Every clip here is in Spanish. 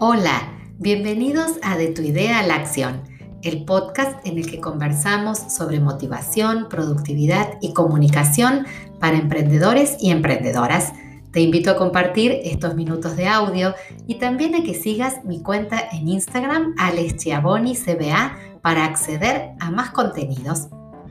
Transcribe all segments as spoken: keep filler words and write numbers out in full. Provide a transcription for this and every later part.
Hola, bienvenidos a De tu idea a la acción, el podcast en el que conversamos sobre motivación, productividad y comunicación para emprendedores y emprendedoras. Te invito a compartir estos minutos de audio y también a que sigas mi cuenta en Instagram, Alex Chiavoni C B A, para acceder a más contenidos.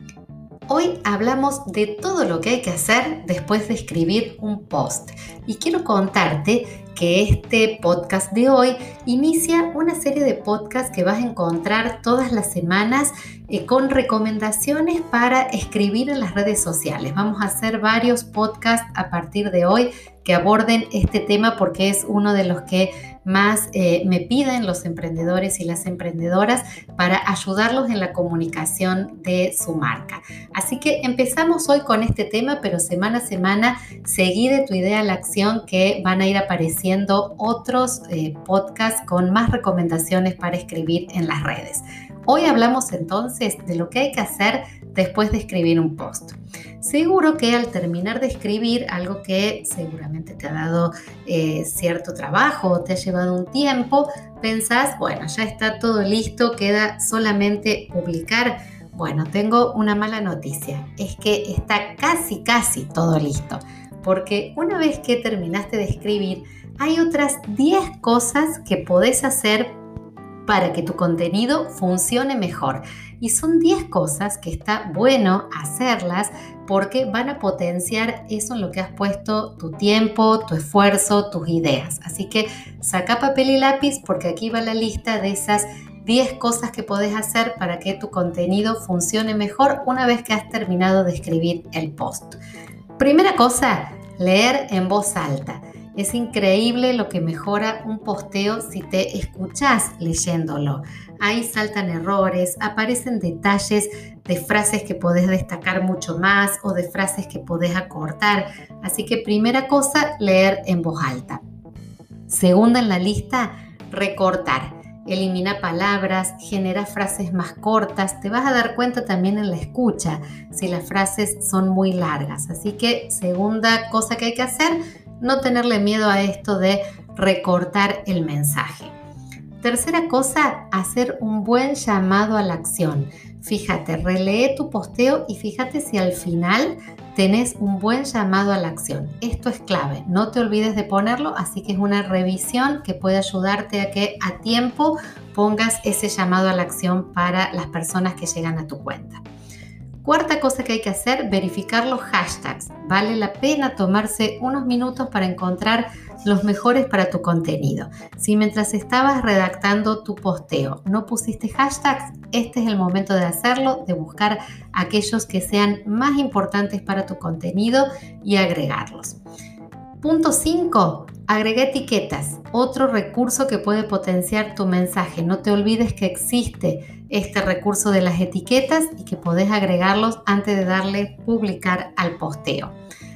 Hoy hablamos de todo lo que hay que hacer después de escribir un post y quiero contarte que este podcast de hoy inicia una serie de podcasts que vas a encontrar todas las semanas eh, con recomendaciones para escribir en las redes sociales. Vamos a hacer varios podcasts a partir de hoy que aborden este tema porque es uno de los que más eh, me piden los emprendedores y las emprendedoras para ayudarlos en la comunicación de su marca. Así que empezamos hoy con este tema, pero semana a semana seguí de tu idea a la acción que van a ir apareciendo otros eh, podcasts con más recomendaciones para escribir en las redes. Hoy hablamos entonces de lo que hay que hacer después de escribir un post. Seguro que al terminar de escribir algo que seguramente te ha dado eh, cierto trabajo o te ha llevado un tiempo, pensás, bueno, ya está todo listo, queda solamente publicar. Bueno, tengo una mala noticia, es que está casi, casi todo listo, porque una vez que terminaste de escribir, hay otras diez cosas que podés hacer para que tu contenido funcione mejor. Y son diez cosas que está bueno hacerlas porque van a potenciar eso en lo que has puesto tu tiempo, tu esfuerzo, tus ideas. Así que saca papel y lápiz porque aquí va la lista de esas diez cosas que podés hacer para que tu contenido funcione mejor una vez que has terminado de escribir el post. Primera cosa, leer en voz alta. Es increíble lo que mejora un posteo si te escuchás leyéndolo. Ahí saltan errores, aparecen detalles de frases que podés destacar mucho más o de frases que podés acortar. Así que primera cosa, leer en voz alta. Segunda en la lista, recortar. Elimina palabras, genera frases más cortas. Te vas a dar cuenta también en la escucha si las frases son muy largas. Así que segunda cosa que hay que hacer, no tenerle miedo a esto de recortar el mensaje. Tercera cosa, hacer un buen llamado a la acción. Fíjate, relee tu posteo y fíjate si al final tenés un buen llamado a la acción. Esto es clave, no te olvides de ponerlo, así que es una revisión que puede ayudarte a que a tiempo pongas ese llamado a la acción para las personas que llegan a tu cuenta. Cuarta cosa que hay que hacer, verificar los hashtags. Vale la pena tomarse unos minutos para encontrar los mejores para tu contenido. Si mientras estabas redactando tu posteo no pusiste hashtags, este es el momento de hacerlo, de buscar aquellos que sean más importantes para tu contenido y agregarlos. Punto cinco. Agrega etiquetas, otro recurso que puede potenciar tu mensaje. No te olvides que existe este recurso de las etiquetas y que podés agregarlos antes de darle publicar al posteo.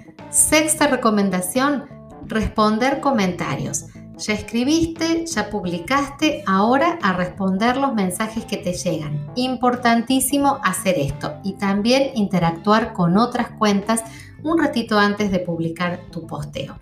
Sexta recomendación, responder comentarios. Ya escribiste, ya publicaste, ahora a responder los mensajes que te llegan. Importantísimo hacer esto y también interactuar con otras cuentas un ratito antes de publicar tu posteo.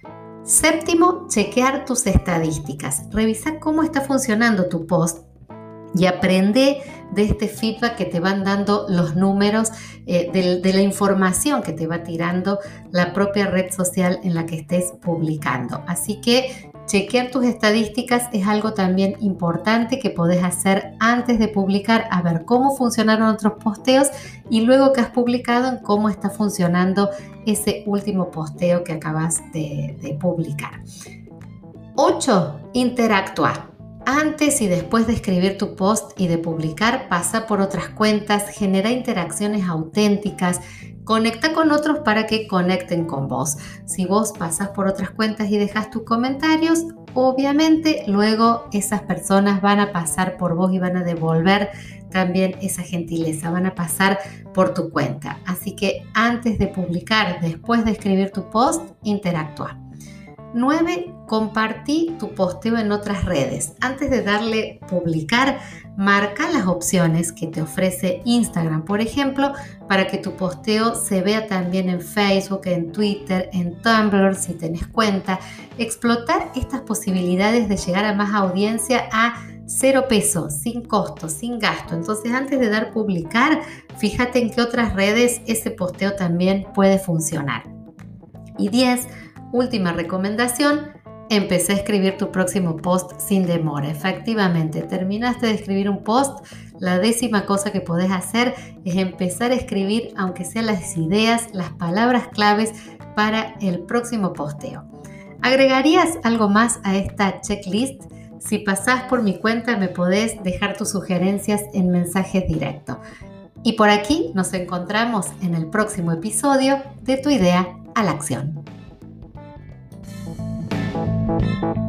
Séptimo, chequear tus estadísticas. Revisa cómo está funcionando tu post y aprende de este feedback que te van dando los números, eh, de, de la información que te va tirando la propia red social en la que estés publicando. Así que chequear tus estadísticas es algo también importante que podés hacer antes de publicar, a ver cómo funcionaron otros posteos y luego que has publicado en cómo está funcionando ese último posteo que acabas de, de publicar. ocho. Interactuar. Antes y después de escribir tu post y de publicar, pasa por otras cuentas, genera interacciones auténticas, conecta con otros para que conecten con vos. Si vos pasás por otras cuentas y dejas tus comentarios, obviamente luego esas personas van a pasar por vos y van a devolver también esa gentileza, van a pasar por tu cuenta. Así que antes de publicar, después de escribir tu post, interactúa. nueve. Compartí tu posteo en otras redes. Antes de darle publicar, Marca las opciones que te ofrece Instagram, por ejemplo, para que tu posteo se vea también en Facebook, en Twitter, en Tumblr, si tenés cuenta. Explotar estas posibilidades de llegar a más audiencia a cero peso, sin costo, sin gasto. Entonces, antes de dar publicar, fíjate en qué otras redes ese posteo también puede funcionar. Y diez, última recomendación, empecé a escribir tu próximo post sin demora. Efectivamente, terminaste de escribir un post, la décima cosa que podés hacer es empezar a escribir, aunque sean las ideas, las palabras claves para el próximo posteo. ¿Agregarías algo más a esta checklist? Si pasás por mi cuenta me podés dejar tus sugerencias en mensajes directos. Y por aquí nos encontramos en el próximo episodio de Tu Idea a la Acción.